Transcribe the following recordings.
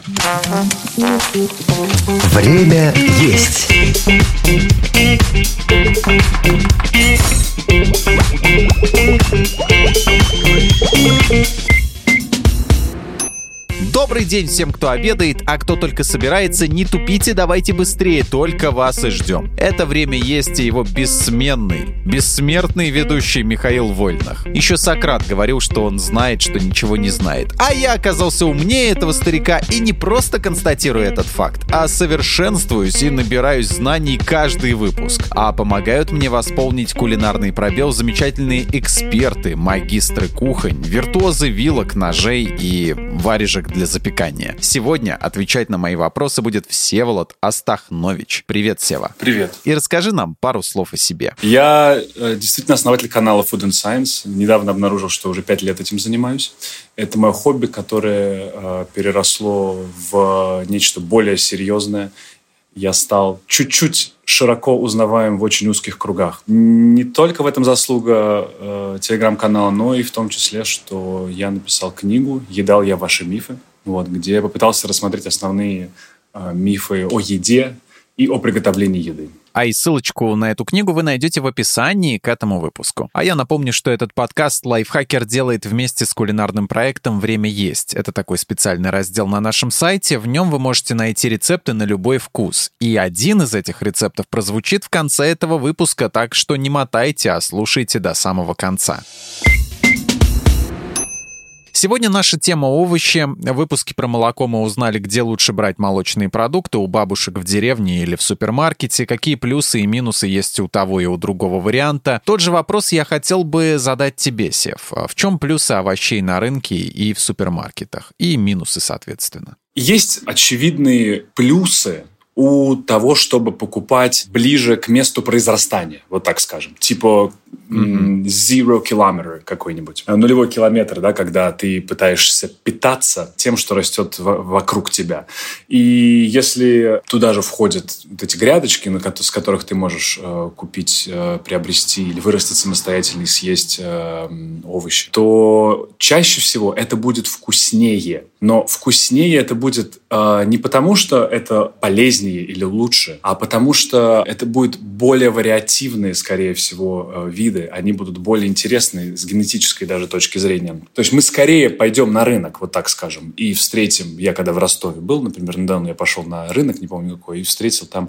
Время есть. Добрый день всем, кто обедает, а кто только собирается. Не тупите, давайте быстрее, только вас и ждем. Это время есть и его бессмертный ведущий Михаил Вольнах. Еще Сократ говорил, что он знает, что ничего не знает. А я оказался умнее этого старика и не просто констатирую этот факт, а совершенствуюсь и набираюсь знаний каждый выпуск. А помогают мне восполнить кулинарный пробел замечательные эксперты, магистры кухонь, виртуозы вилок, ножей и варежек для запекания. Сегодня отвечать на мои вопросы будет Всеволод Астахнович. Привет, Сева. Привет. И расскажи нам пару слов о себе. Я действительно основатель канала Food and Science. Недавно обнаружил, что уже 5 лет этим занимаюсь. Это мое хобби, которое переросло в нечто более серьезное. Я стал чуть-чуть широко узнаваем в очень узких кругах. Не только в этом заслуга телеграм-канала, но и в том числе, что я написал книгу «Едал я ваши мифы», где я попытался рассмотреть основные мифы о еде и о приготовлении еды. А и ссылочку на эту книгу вы найдете в описании к этому выпуску. А я напомню, что этот подкаст Лайфхакер делает вместе с кулинарным проектом «Время есть». Это такой специальный раздел на нашем сайте. В нем вы можете найти рецепты на любой вкус. И один из этих рецептов прозвучит в конце этого выпуска, так что не мотайте, а слушайте до самого конца. Сегодня наша тема овощи. В выпуске про молоко мы узнали, где лучше брать молочные продукты, у бабушек в деревне или в супермаркете, какие плюсы и минусы есть у того и у другого варианта. Тот же вопрос я хотел бы задать тебе, Сев. В чем плюсы овощей на рынке и в супермаркетах? И минусы, соответственно. Есть очевидные плюсы у того, чтобы покупать ближе к месту произрастания, вот так скажем. Типа zero kilometer какой-нибудь. Нулевой километр, да, когда ты пытаешься питаться тем, что растет вокруг тебя. И если туда же входят вот эти грядочки, с которых ты можешь купить, приобрести или вырастить самостоятельно и съесть овощи, то чаще всего это будет вкуснее. Но вкуснее это будет не потому, что это полезнее или лучше, а потому что это будет более вариативные, скорее всего, виды. Они будут более интересны с генетической даже точки зрения. То есть мы скорее пойдем на рынок, вот так скажем, и встретим... Я когда в Ростове был, например, недавно я пошел на рынок, не помню какой, и встретил там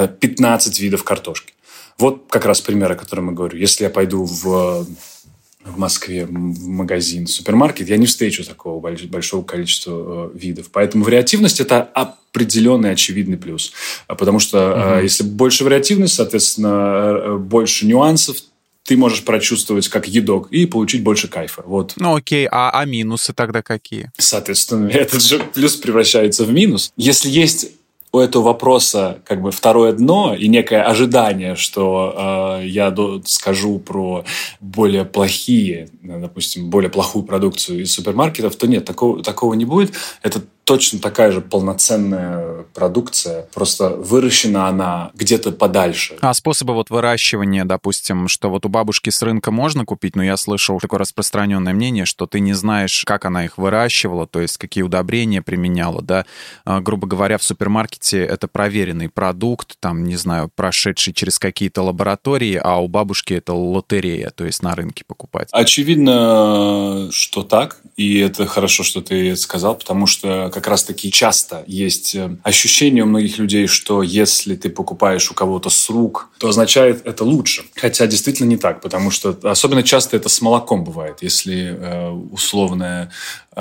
15 видов картошки. Вот как раз пример, о котором я говорю. Если я пойду в Москве в магазин, в супермаркет, я не встречу такого большого количества видов. Поэтому вариативность – это определенный очевидный плюс. Потому что если больше вариативность, соответственно, больше нюансов, ты можешь прочувствовать как едок и получить больше кайфа. Вот. Ну окей, а минусы тогда какие? Соответственно, этот же плюс превращается в минус. Если есть у этого вопроса как бы второе дно и некое ожидание, что я скажу про более плохие, допустим, более плохую продукцию из супермаркетов, то нет, такого не будет. Это точно такая же полноценная продукция, просто выращена она где-то подальше. А способы выращивания, допустим, что у бабушки с рынка можно купить, но я слышал такое распространенное мнение, что ты не знаешь, как она их выращивала, то есть какие удобрения применяла, да. Грубо говоря, в супермаркете это проверенный продукт, там, не знаю, прошедший через какие-то лаборатории, а у бабушки это лотерея, то есть на рынке покупать. Очевидно, что так, и это хорошо, что ты это сказал, потому что как раз-таки часто есть ощущение у многих людей, что если ты покупаешь у кого-то с рук, то означает это лучше. Хотя действительно не так, потому что особенно часто это с молоком бывает. Если условная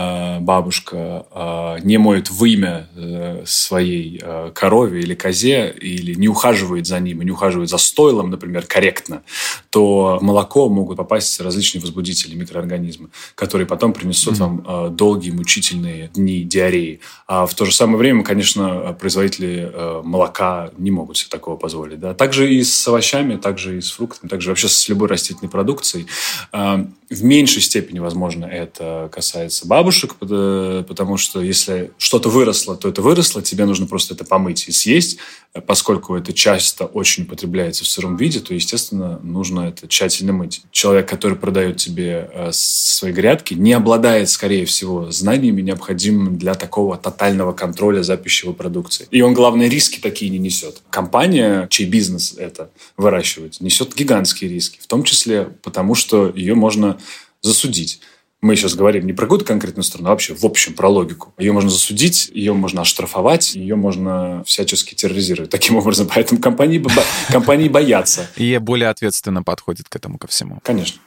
бабушка не моет вымя своей корове или козе, или не ухаживает за ним, и не ухаживает за стойлом, например, корректно, то в молоко могут попасть различные возбудители, микроорганизмы, которые потом принесут вам долгие мучительные дни диареи. А в то же самое время, конечно, производители молока не могут себе такого позволить. Да? Также и с овощами, также и с фруктами, также вообще с любой растительной продукцией. В меньшей степени, возможно, это касается бабушек, бабушек, потому что если что-то выросло, то это выросло, тебе нужно просто это помыть и съесть. Поскольку это часто очень употребляется в сыром виде, то, естественно, нужно это тщательно мыть. Человек, который продает тебе свои грядки, не обладает, скорее всего, знаниями, необходимыми для такого тотального контроля за пищевой продукцией. И он, главное, риски такие не несет. Компания, чей бизнес это выращивает, несет гигантские риски, в том числе потому, что ее можно засудить. Мы сейчас говорим не про какую-то конкретную страну, а вообще в общем про логику. Ее можно засудить, ее можно оштрафовать, ее можно всячески терроризировать. Таким образом, поэтому компании боятся. И более ответственно подходит к этому ко всему. Конечно.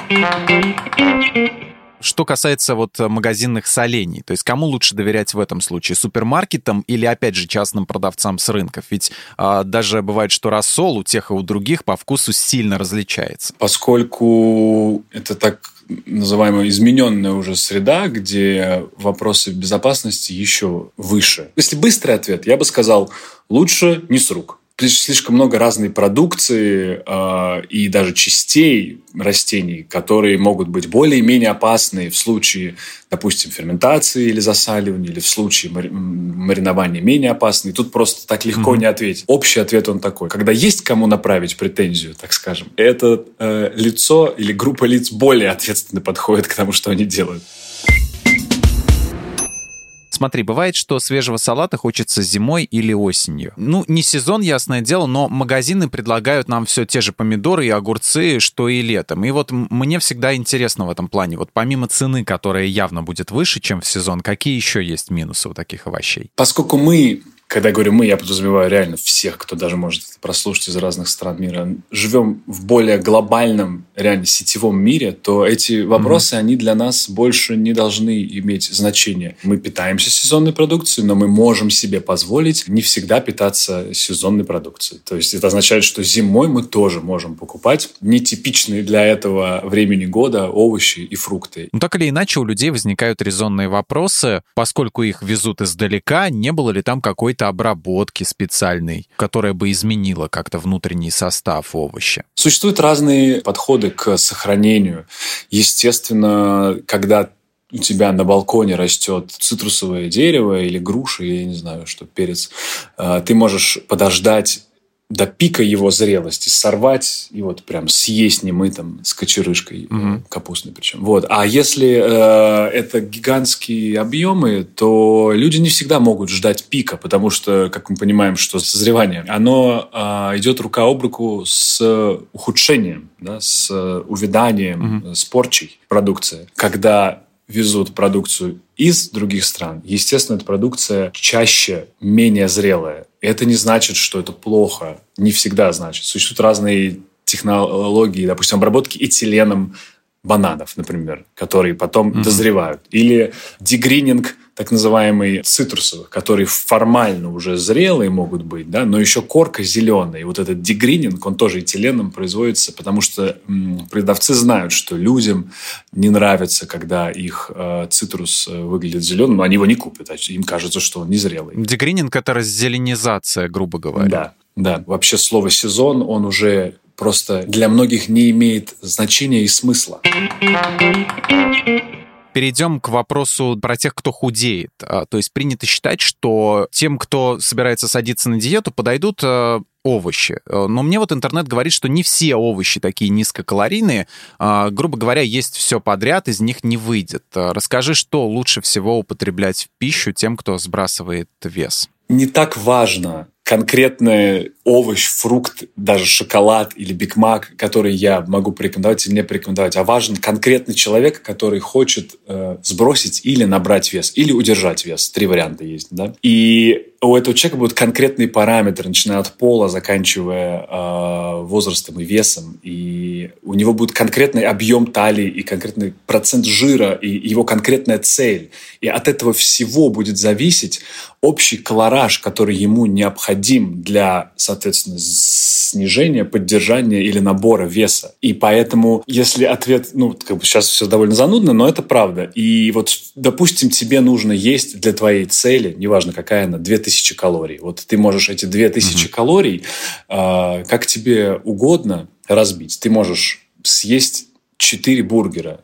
Что касается вот магазинных солений, то есть кому лучше доверять в этом случае? Супермаркетам или, опять же, частным продавцам с рынков? Ведь даже бывает, что рассол у тех и у других по вкусу сильно различается. Поскольку это так называемая измененная уже среда, где вопросы безопасности еще выше. Если быстрый ответ, я бы сказал, лучше не с рук. Слишком много разной продукции и даже частей растений, которые могут быть более и менее опасны в случае, допустим, ферментации или засаливания, или в случае маринования менее опасны. И тут просто так легко не ответить. Общий ответ он такой. Когда есть кому направить претензию, так скажем, это лицо или группа лиц более ответственно подходит к тому, что они делают. Смотри, бывает, что свежего салата хочется зимой или осенью. Ну, не сезон, ясное дело, но магазины предлагают нам все те же помидоры и огурцы, что и летом. И вот мне всегда интересно в этом плане. Вот помимо цены, которая явно будет выше, чем в сезон, какие еще есть минусы у таких овощей? Поскольку когда я говорю «мы», я подразумеваю реально всех, кто даже может это прослушать из разных стран мира, живем в более глобальном, реально сетевом мире, то эти вопросы, они для нас больше не должны иметь значения. Мы питаемся сезонной продукцией, но мы можем себе позволить не всегда питаться сезонной продукцией. То есть это означает, что зимой мы тоже можем покупать нетипичные для этого времени года овощи и фрукты. Ну, так или иначе, у людей возникают резонные вопросы, поскольку их везут издалека, не было ли там какой-то обработки специальной, которая бы изменила как-то внутренний состав овоща? Существуют разные подходы к сохранению. Естественно, когда у тебя на балконе растет цитрусовое дерево или груша, или, я не знаю, что, перец, ты можешь подождать до пика его зрелости, сорвать и вот прям съесть немытым с кочерышкой, капустной причем. Вот. А если это гигантские объемы, то люди не всегда могут ждать пика, потому что, как мы понимаем, что созревание, оно идет рука об руку с ухудшением, да, с увяданием, с порчей продукции. Когда везут продукцию из других стран, естественно, эта продукция чаще менее зрелая. И это не значит, что это плохо. Не всегда значит. Существуют разные технологии, допустим, обработки этиленом бананов, например, которые потом дозревают. Или дегрининг, так называемый, цитрусовых, которые формально уже зрелые могут быть, да, но еще корка зеленая. И вот этот дегрининг, он тоже этиленом производится, потому что продавцы знают, что людям не нравится, когда их цитрус выглядит зеленым, но они его не купят, а им кажется, что он незрелый. Дегрининг — это раззеленизация, грубо говоря. Да. Вообще слово «сезон», он уже просто для многих не имеет значения и смысла. Перейдем к вопросу про тех, кто худеет. То есть принято считать, что тем, кто собирается садиться на диету, подойдут овощи. Но мне вот интернет говорит, что не все овощи такие низкокалорийные. Грубо говоря, есть все подряд, из них не выйдет. Расскажи, что лучше всего употреблять в пищу тем, кто сбрасывает вес? Не так важно конкретный овощ, фрукт, даже шоколад или Биг Мак, который я могу порекомендовать или не порекомендовать, а важен конкретный человек, который хочет сбросить или набрать вес, или удержать вес. 3 варианта есть, да? И у этого человека будут конкретные параметры, начиная от пола, заканчивая возрастом и весом. И у него будет конкретный объем талии и конкретный процент жира, и его конкретная цель. И от этого всего будет зависеть общий колораж, который ему необходим для, соответственно, снижения, поддержания или набора веса. И поэтому, если ответ, сейчас все довольно занудно, но это правда. И вот, допустим, тебе нужно есть для твоей цели, неважно какая она, 2000 калорий. Вот ты можешь эти 2000 калорий как тебе угодно разбить. Ты можешь съесть 4 бургера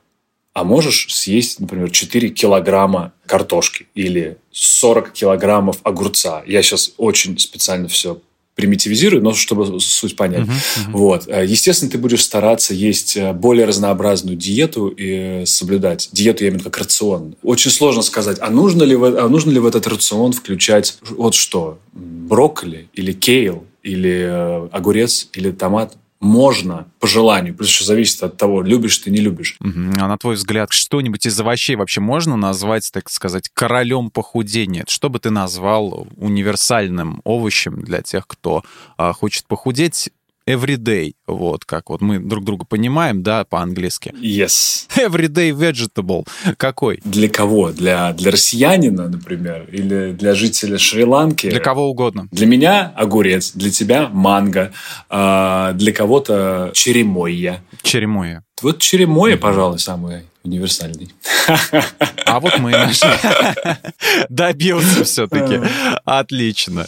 а можешь съесть, например, 4 килограмма картошки или 40 килограммов огурца. Я сейчас очень специально все примитивизирую, но чтобы суть понять. Вот. Естественно, ты будешь стараться есть более разнообразную диету и соблюдать. Диету я имею в виду как рацион. Очень сложно сказать, а нужно ли в этот рацион включать вот что? Брокколи или кейл, или огурец, или томат? Можно, по желанию. Плюс еще зависит от того, любишь ты, не любишь. А на твой взгляд, что-нибудь из овощей вообще можно назвать, так сказать, королем похудения? Что бы ты назвал универсальным овощем для тех, кто хочет похудеть everyday? Вот, как вот мы друг друга понимаем, да, по-английски. Yes. Everyday vegetable. Какой? Для кого? Для россиянина, например? Или для жителя Шри-Ланки? Для кого угодно. Для меня огурец, для тебя манго, для кого-то черемойя. Черемойя. Вот черемойя, пожалуй, самый универсальный. А вот мы нашли. Добился все-таки. Отлично.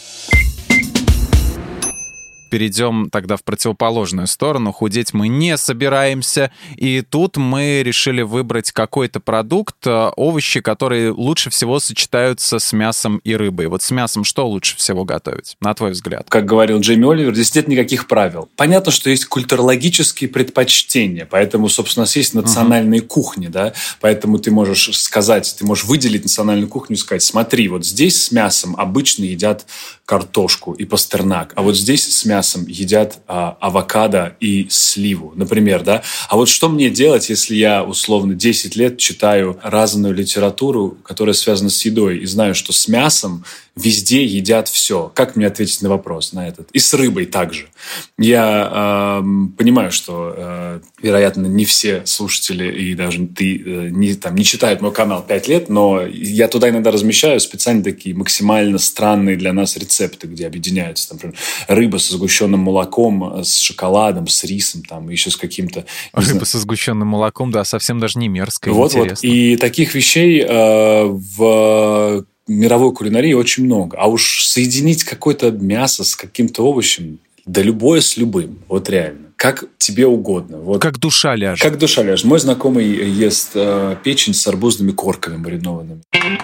Перейдем тогда в противоположную сторону. Худеть мы не собираемся. И тут мы решили выбрать какой-то продукт, овощи, которые лучше всего сочетаются с мясом и рыбой. Вот с мясом что лучше всего готовить, на твой взгляд? Как говорил Джейми Оливер, здесь нет никаких правил. Понятно, что есть культурологические предпочтения, поэтому, собственно, у нас есть национальные кухни, да, поэтому ты можешь сказать, ты можешь выделить национальную кухню и сказать, смотри, вот здесь с мясом обычно едят картошку и пастернак, а вот здесь с мясом едят авокадо и сливу, например, да. А вот что мне делать, если я, условно, 10 лет читаю разную литературу, которая связана с едой, и знаю, что с мясом везде едят все? Как мне ответить на вопрос на этот? И с рыбой также. Я понимаю, что, вероятно, не все слушатели и даже ты не читают мой канал 5 лет, но я туда иногда размещаю специально такие максимально странные для нас рецепты, где объединяются, там, например, рыба со сгущенным молоком, с шоколадом, с рисом, там, еще с каким-то... Рыба со сгущенным молоком, да, совсем даже не мерзкая, вот, интересно. И таких вещей в мировой кулинарии очень много. А уж соединить какое-то мясо с каким-то овощем, да любое с любым, вот реально. Как тебе угодно. Вот. Как душа ляжет. Как душа ляжет. Мой знакомый ест печень с арбузными корками маринованными.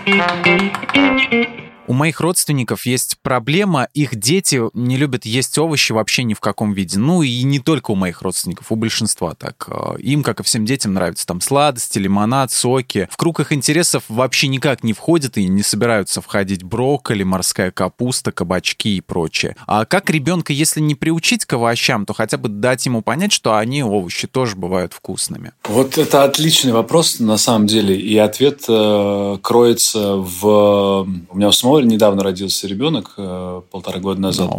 У моих родственников есть проблема, их дети не любят есть овощи вообще ни в каком виде. Ну и не только у моих родственников, у большинства так. Им, как и всем детям, нравятся там сладости, лимонад, соки. В круг их интересов вообще никак не входят и не собираются входить брокколи, морская капуста, кабачки и прочее. А как ребенка, если не приучить к овощам, то хотя бы дать ему понять, что они, овощи, тоже бывают вкусными? Вот это отличный вопрос, на самом деле. И ответ кроется в... У меня у самого недавно родился ребенок, 1,5 года назад.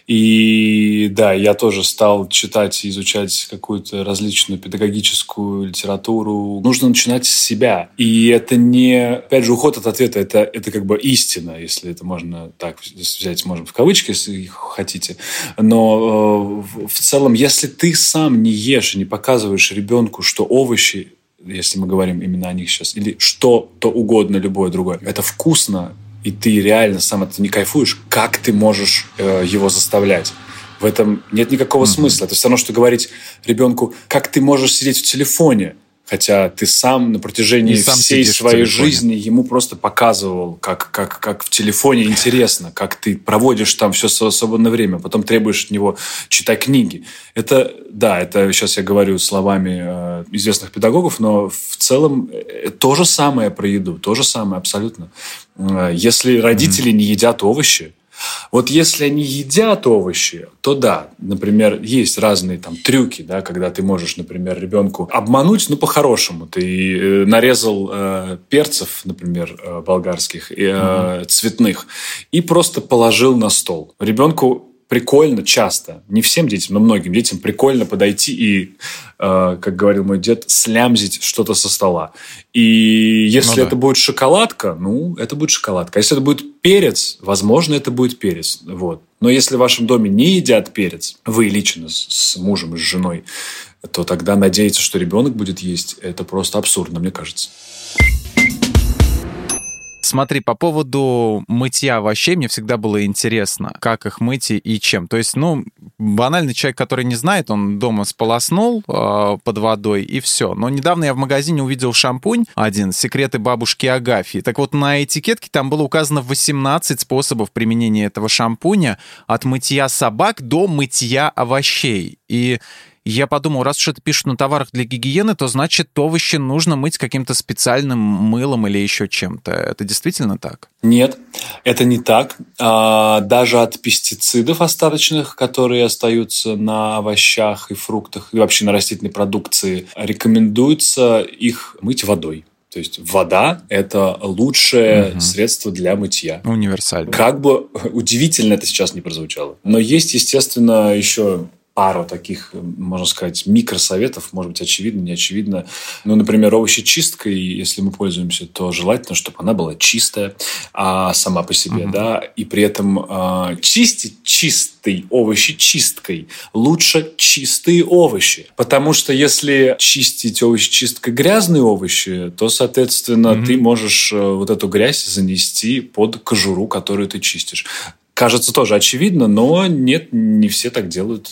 И да, я тоже стал читать и изучать какую-то различную педагогическую литературу. Нужно начинать с себя. И это не... Опять же, уход от ответа – это как бы истина, если это можно так взять, можно в кавычки, если хотите. Но в целом, если ты сам не ешь и не показываешь ребенку, что овощи, если мы говорим именно о них сейчас, или что-то угодно, любое другое, это вкусно, и ты реально сам это не кайфуешь, как ты можешь его заставлять? В этом нет никакого смысла. Это все равно, что говорить ребенку, как ты можешь сидеть в телефоне, хотя ты сам на протяжении всей своей жизни ему просто показывал, как в телефоне интересно, как ты проводишь там все свое свободное время, потом требуешь от него читать книги. Это сейчас я говорю словами известных педагогов, но в целом то же самое про еду, то же самое абсолютно. Если родители не едят овощи, вот если они едят овощи, то да, например, есть разные там трюки, да, когда ты можешь, например, ребенку обмануть, по-хорошему. Ты нарезал перцев, например, болгарских, цветных, и просто положил на стол. Ребенку прикольно часто, не всем детям, но многим детям прикольно подойти и, как говорил мой дед, слямзить что-то со стола. И если это будет шоколадка, это будет шоколадка. А если это будет перец, возможно, это будет перец. Вот. Но если в вашем доме не едят перец, вы лично с мужем и с женой, то тогда надеяться, что ребенок будет есть, это просто абсурдно, мне кажется. Смотри, по поводу мытья овощей мне всегда было интересно, как их мыть и чем. То есть, банальный человек, который не знает, он дома сполоснул под водой и все. Но недавно я в магазине увидел шампунь один «Секреты бабушки Агафьи». Так вот, на этикетке там было указано 18 способов применения этого шампуня от мытья собак до мытья овощей. И я подумал, раз уж это пишут на товарах для гигиены, то значит овощи нужно мыть каким-то специальным мылом или еще чем-то. Это действительно так? Нет, это не так. Даже от пестицидов остаточных, которые остаются на овощах и фруктах, и вообще на растительной продукции, рекомендуется их мыть водой. То есть вода – это лучшее средство для мытья. Универсально. Как бы удивительно это сейчас не прозвучало. Но есть, естественно, еще пару таких, можно сказать, микросоветов, может быть, очевидно, не очевидно. Например, овощечисткой, если мы пользуемся, то желательно, чтобы она была чистая сама по себе, да, и при этом чистить чистый овощечисткой лучше чистые овощи. Потому что если чистить овощечисткой грязные овощи, то, соответственно, ты можешь вот эту грязь занести под кожуру, которую ты чистишь. Кажется, тоже очевидно, но нет, не все так делают.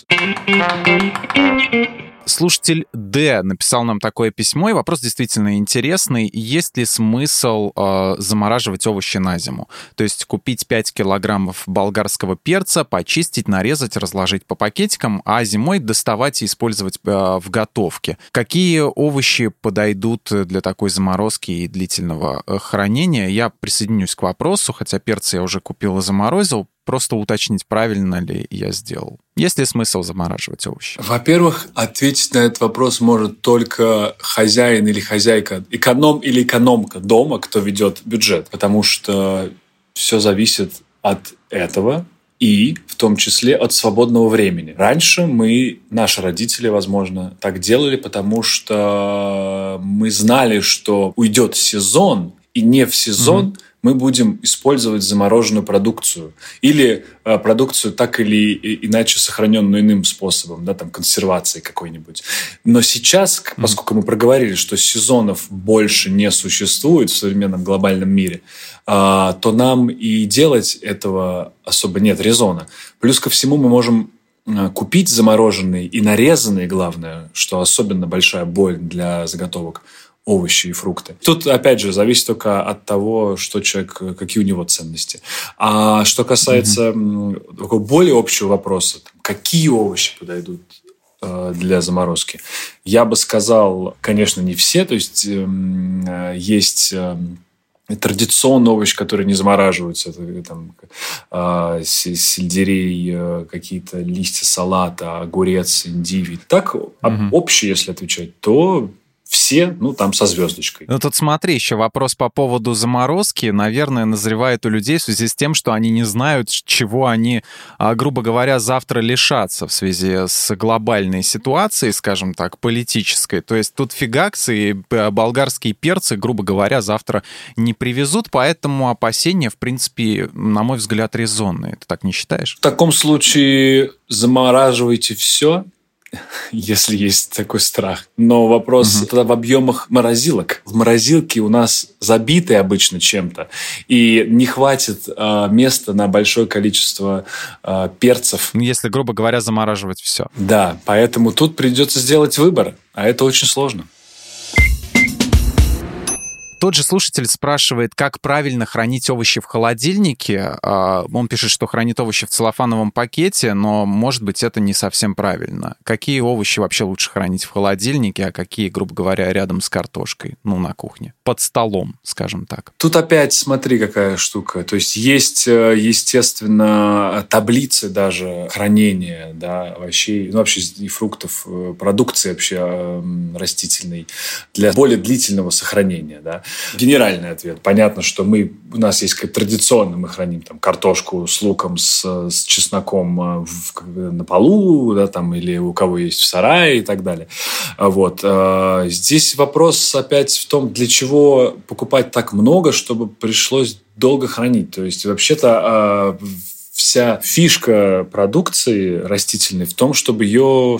Слушатель Д написал нам такое письмо, и вопрос действительно интересный. Есть ли смысл замораживать овощи на зиму? То есть купить 5 килограммов болгарского перца, почистить, нарезать, разложить по пакетикам, а зимой доставать и использовать в готовке. Какие овощи подойдут для такой заморозки и длительного хранения? Я присоединюсь к вопросу, хотя перец я уже купил и заморозил. Просто уточнить, правильно ли я сделал. Есть ли смысл замораживать овощи? Во-первых, ответить на этот вопрос может только хозяин или хозяйка, эконом или экономка дома, кто ведет бюджет. Потому что все зависит от этого и в том числе от свободного времени. Раньше наши родители, возможно, так делали, потому что мы знали, что уйдет сезон, и не в сезон мы будем использовать замороженную продукцию или продукцию так или иначе сохраненную иным способом, да, там консервации какой-нибудь. Но сейчас, поскольку мы проговорили, что сезонов больше не существует в современном глобальном мире, то нам и делать этого особо нет резона. Плюс ко всему мы можем купить замороженные и нарезанные, главное, что особенно большая боль для заготовок, овощи и фрукты. Тут, опять же, зависит только от того, что человек, какие у него ценности. А что касается такого более общего вопроса, какие овощи подойдут для заморозки, я бы сказал, конечно, не все. То есть, есть традиционный овощ, который не замораживаются. Это там, сельдерей, какие-то листья салата, огурец, индивий. Так, общий, если отвечать, то все, там со звездочкой. Тут смотри, еще вопрос по поводу заморозки, наверное, назревает у людей в связи с тем, что они не знают, чего они, грубо говоря, завтра лишатся в связи с глобальной ситуацией, скажем так, политической. То есть тут фигакс и болгарские перцы, грубо говоря, завтра не привезут, поэтому опасения, в принципе, на мой взгляд, резонные. Ты так не считаешь? В таком случае замораживайте все, если есть такой страх. Но вопрос тогда в объемах морозилок. В морозилке у нас забиты обычно чем-то, и не хватит места на большое количество перцев. Если, грубо говоря, замораживать все. Да, поэтому тут придется сделать выбор, а это очень сложно. Тот же слушатель спрашивает, как правильно хранить овощи в холодильнике. Он пишет, что хранит овощи в целлофановом пакете, но, может быть, это не совсем правильно. Какие овощи вообще лучше хранить в холодильнике, а какие, грубо говоря, рядом с картошкой, на кухне, под столом, скажем так? Тут опять смотри, какая штука. То есть, естественно, таблицы даже хранения, да, овощей, вообще и фруктов, продукции вообще растительной для более длительного сохранения, да. Генеральный ответ. Понятно, что у нас есть традиционно, мы храним там картошку с луком, с чесноком на полу, да, там, или у кого есть в сарае и так далее. Вот. Здесь вопрос опять в том, для чего покупать так много, чтобы пришлось долго хранить. То есть, вообще-то, вся фишка продукции растительной в том, чтобы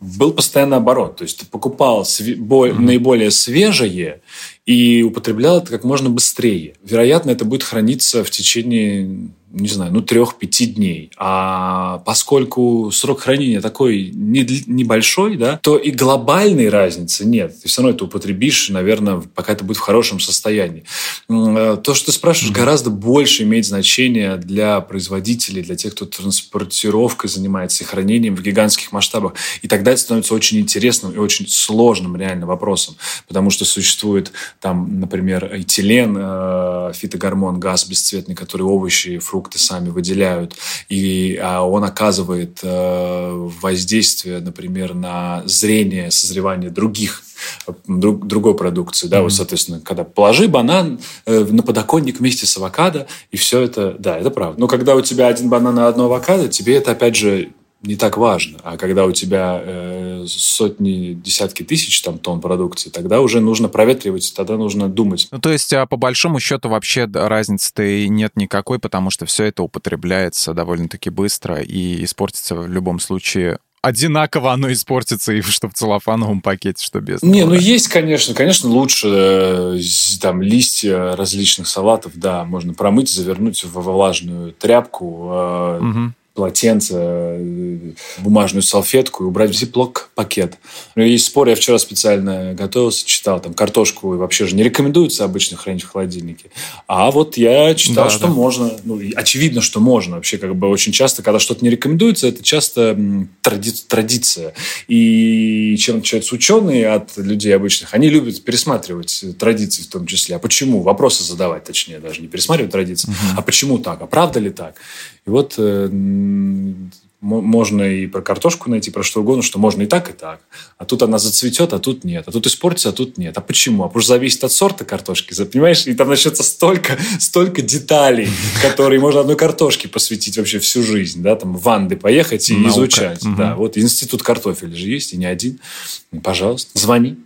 был постоянно оборот. То есть ты покупал наиболее свежее и употреблял это как можно быстрее. Вероятно, это будет храниться в течение, не знаю, 3-5 дней. А поскольку срок хранения такой небольшой, да, то и глобальной разницы нет. Ты все равно это употребишь, наверное, пока это будет в хорошем состоянии. То, что ты спрашиваешь, гораздо больше имеет значение для производителей, для тех, кто транспортировкой занимается и хранением в гигантских масштабах. И тогда это становится очень интересным и очень сложным реально вопросом. Потому что существует там, например, этилен, фитогормон, газ бесцветный, который овощи, фрукты сами выделяют. И он оказывает воздействие, например, на зрение, созревание другой продукции. Да? Вот, соответственно, когда положи банан на подоконник вместе с авокадо, и все это, да, это правда. Но когда у тебя один банан и одно авокадо, тебе это, опять же, не так важно. А когда у тебя сотни, десятки тысяч тонн продукции, тогда уже нужно проветривать, тогда нужно думать. То есть, по большому счету, вообще разницы-то и нет никакой, потому что все это употребляется довольно-таки быстро и испортится в любом случае. Одинаково оно испортится, и что в целлофановом пакете, что без него. Не, есть, конечно, лучше там листья различных салатов, да, можно промыть, завернуть во влажную тряпку, полотенце, бумажную салфетку и убрать в зиплок-пакет. Есть спор, я вчера специально готовился, читал, там картошку вообще же не рекомендуется обычно хранить в холодильнике. А вот я читал, что можно. Очевидно, что можно. Вообще, очень часто, когда что-то не рекомендуется, это часто традиция. И чем отличаются ученые от людей обычных? Они любят пересматривать традиции в том числе. А почему? Вопросы задавать, точнее, даже не пересматривать традиции. А почему так? А правда ли так? И вот можно и про картошку найти, про что угодно, что можно и так, и так. А тут она зацветет, а тут нет. А тут испортится, а тут нет. А почему? А потому что зависит от сорта картошки, понимаешь? И там начнется столько деталей, которые можно одной картошке посвятить вообще всю жизнь. Да? Там в Анды поехать и изучать. Да, вот институт картофеля же есть, и не один. Пожалуйста, звони.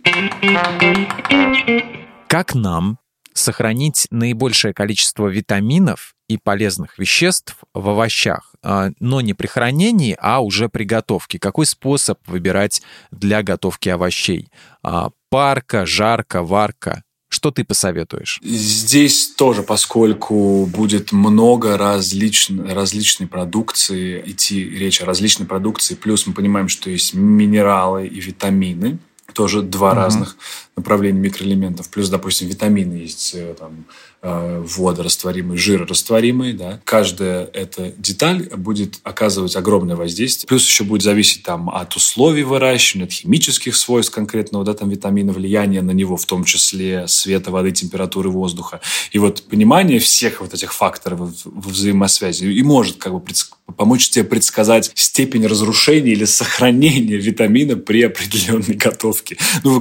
Как нам сохранить наибольшее количество витаминов и полезных веществ в овощах, но не при хранении, а уже при готовке? Какой способ выбирать для готовки овощей? Парка, жарка, варка? Что ты посоветуешь? Здесь тоже, поскольку будет много различной продукции, идти речь о различной продукции, плюс мы понимаем, что есть минералы и витамины, тоже два разных направления микроэлементов. Плюс, допустим, витамины есть там, водорастворимые, жирорастворимые. Да. Каждая эта деталь будет оказывать огромное воздействие. Плюс еще будет зависеть там, от условий выращивания, от химических свойств конкретного витамина, влияния на него, в том числе света, воды, температуры воздуха. И вот понимание всех вот этих факторов во взаимосвязи и может помочь тебе предсказать степень разрушения или сохранения витамина при определенной готовке.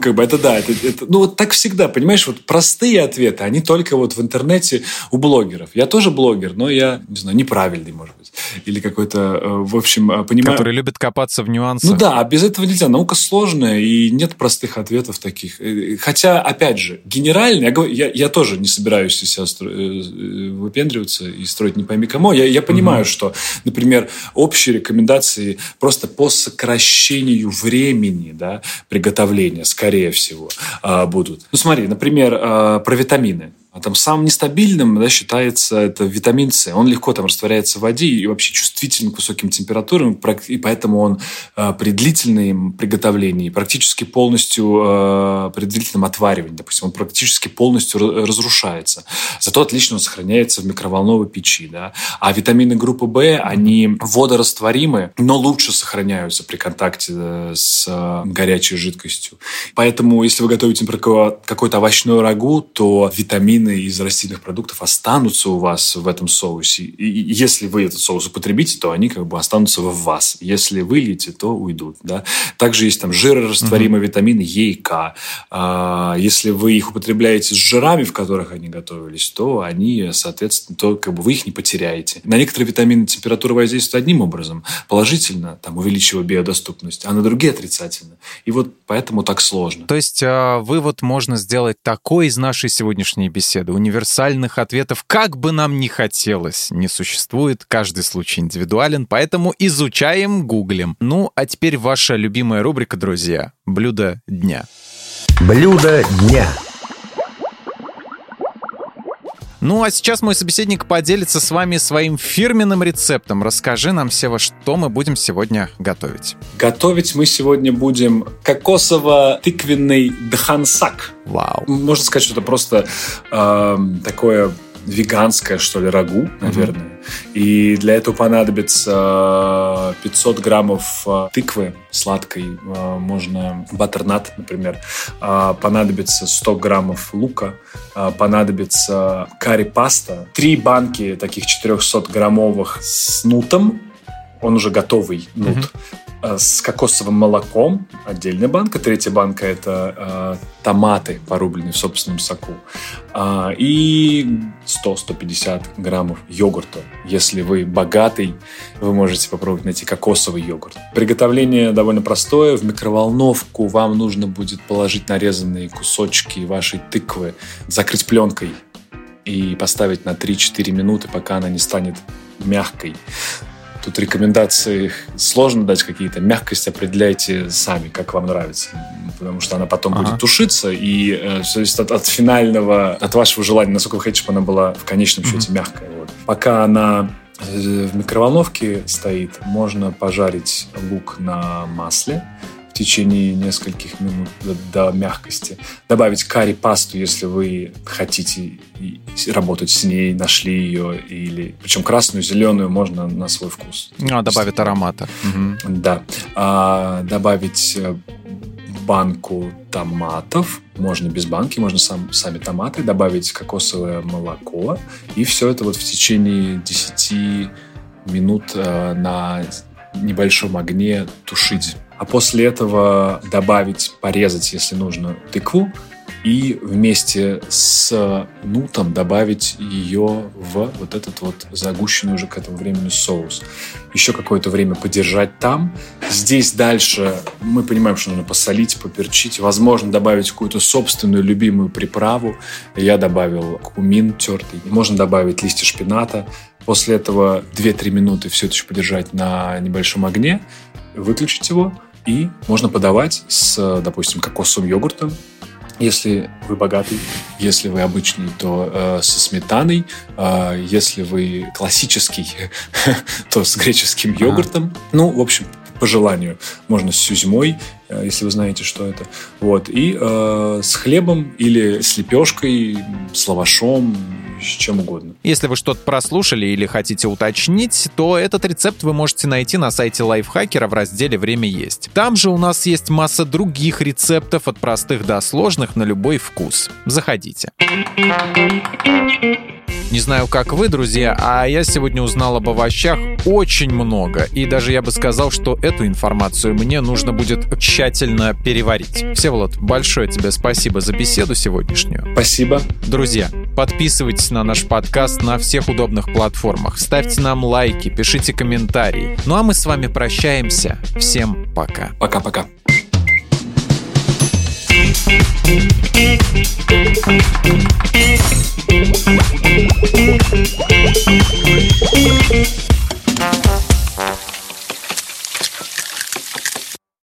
Вот так всегда, понимаешь, вот простые ответы, они только вот в интернете у блогеров. Я тоже блогер, но я, не знаю, неправильный, может быть. Или какой-то, в общем, понимаю... Который любит копаться в нюансах. А без этого нельзя. Наука сложная, и нет простых ответов таких. Хотя, опять же, генерально, я тоже не собираюсь из себя выпендриваться и строить не пойми кому. Я понимаю, что, например, общие рекомендации просто по сокращению времени, да, приготовления, скорее всего, будут. Смотри, например, про витамины. Там самым нестабильным, считается это витамин С. Он легко там растворяется в воде и вообще чувствителен к высоким температурам, и поэтому он при длительном приготовлении, практически полностью при длительном отваривании, допустим, он практически полностью разрушается. Зато отлично он сохраняется в микроволновой печи. Да? А витамины группы В, они водорастворимы, но лучше сохраняются при контакте с горячей жидкостью. Поэтому, если вы готовите, например, какой-то овощной рагу, то витамины из растительных продуктов останутся у вас в этом соусе. И если вы этот соус употребите, то они останутся в вас. Если выльете, то уйдут. Да? Также есть там жирорастворимые витамины Е и К. Если вы их употребляете с жирами, в которых они готовились, то они, соответственно, вы их не потеряете. На некоторые витамины температура воздействует одним образом, положительно, увеличивая биодоступность, а на другие отрицательно. И вот поэтому так сложно. То есть вывод можно сделать такой из нашей сегодняшней беседы, беседы, универсальных ответов, как бы нам ни хотелось, не существует. Каждый случай индивидуален, поэтому изучаем, гуглим. Ну, а теперь ваша любимая рубрика, друзья. Блюдо дня. Блюдо дня. Ну, а сейчас мой собеседник поделится с вами своим фирменным рецептом. Расскажи нам, Сева, что мы будем сегодня готовить. Готовить мы сегодня будем кокосово-тыквенный дхансак. Вау. Можно сказать, что это просто такое веганское, что ли, рагу, наверное. И для этого понадобится 500 граммов тыквы сладкой, можно баттернат, например. Понадобится 100 граммов лука, понадобится карри-паста, 3 банки таких 400-граммовых с нутом, он уже готовый нут, с кокосовым молоком, отдельная банка. 3-я банка – это томаты, порубленные в собственном соку. И 100-150 граммов йогурта. Если вы богатый, вы можете попробовать найти кокосовый йогурт. Приготовление довольно простое. В микроволновку вам нужно будет положить нарезанные кусочки вашей тыквы, закрыть пленкой и поставить на 3-4 минуты, пока она не станет мягкой. Тут рекомендации сложно дать какие-то. Мягкость определяйте сами, как вам нравится. Потому что она потом будет тушиться. И все зависит от финального, от вашего желания, насколько вы хотите, чтобы она была в конечном счете мягкая. Вот. Пока она в микроволновке стоит, можно пожарить лук на масле в течение нескольких минут до мягкости. Добавить карри-пасту, если вы хотите работать с ней, нашли ее. Причем красную, зеленую можно на свой вкус. Добавит аромата. Да. Добавить банку томатов. Можно без банки, можно сами томаты. Добавить кокосовое молоко. И все это вот в течение 10 минут на небольшом огне тушить. А после этого порезать, если нужно, тыкву и вместе с нутом добавить ее в вот этот вот загущенный уже к этому времени соус. Еще какое-то время подержать там. Здесь дальше мы понимаем, что нужно посолить, поперчить. Возможно, добавить какую-то собственную любимую приправу. Я добавил кумин тертый. Можно добавить листья шпината. После этого 2-3 минуты все это еще подержать на небольшом огне. Выключить его. И можно подавать с, допустим, кокосовым йогуртом. Если вы богатый, если вы обычный, то со сметаной. Если вы классический, то с греческим йогуртом. Ну, в общем, по желанию. Можно с сюзьмой, если вы знаете, что это. Вот. И с хлебом или с лепешкой, с лавашом, с чем угодно. Если вы что-то прослушали или хотите уточнить, то этот рецепт вы можете найти на сайте Лайфхакера в разделе «Время есть». Там же у нас есть масса других рецептов от простых до сложных на любой вкус. Заходите. Не знаю, как вы, друзья, а я сегодня узнал об овощах очень много. И даже я бы сказал, что эту информацию мне нужно будет тщательно переварить. Всеволод, большое тебе спасибо за беседу сегодняшнюю. Спасибо. Друзья, подписывайтесь на наш подкаст на всех удобных платформах. Ставьте нам лайки, пишите комментарии. Ну а мы с вами прощаемся. Всем пока. Пока-пока. We'll be right back.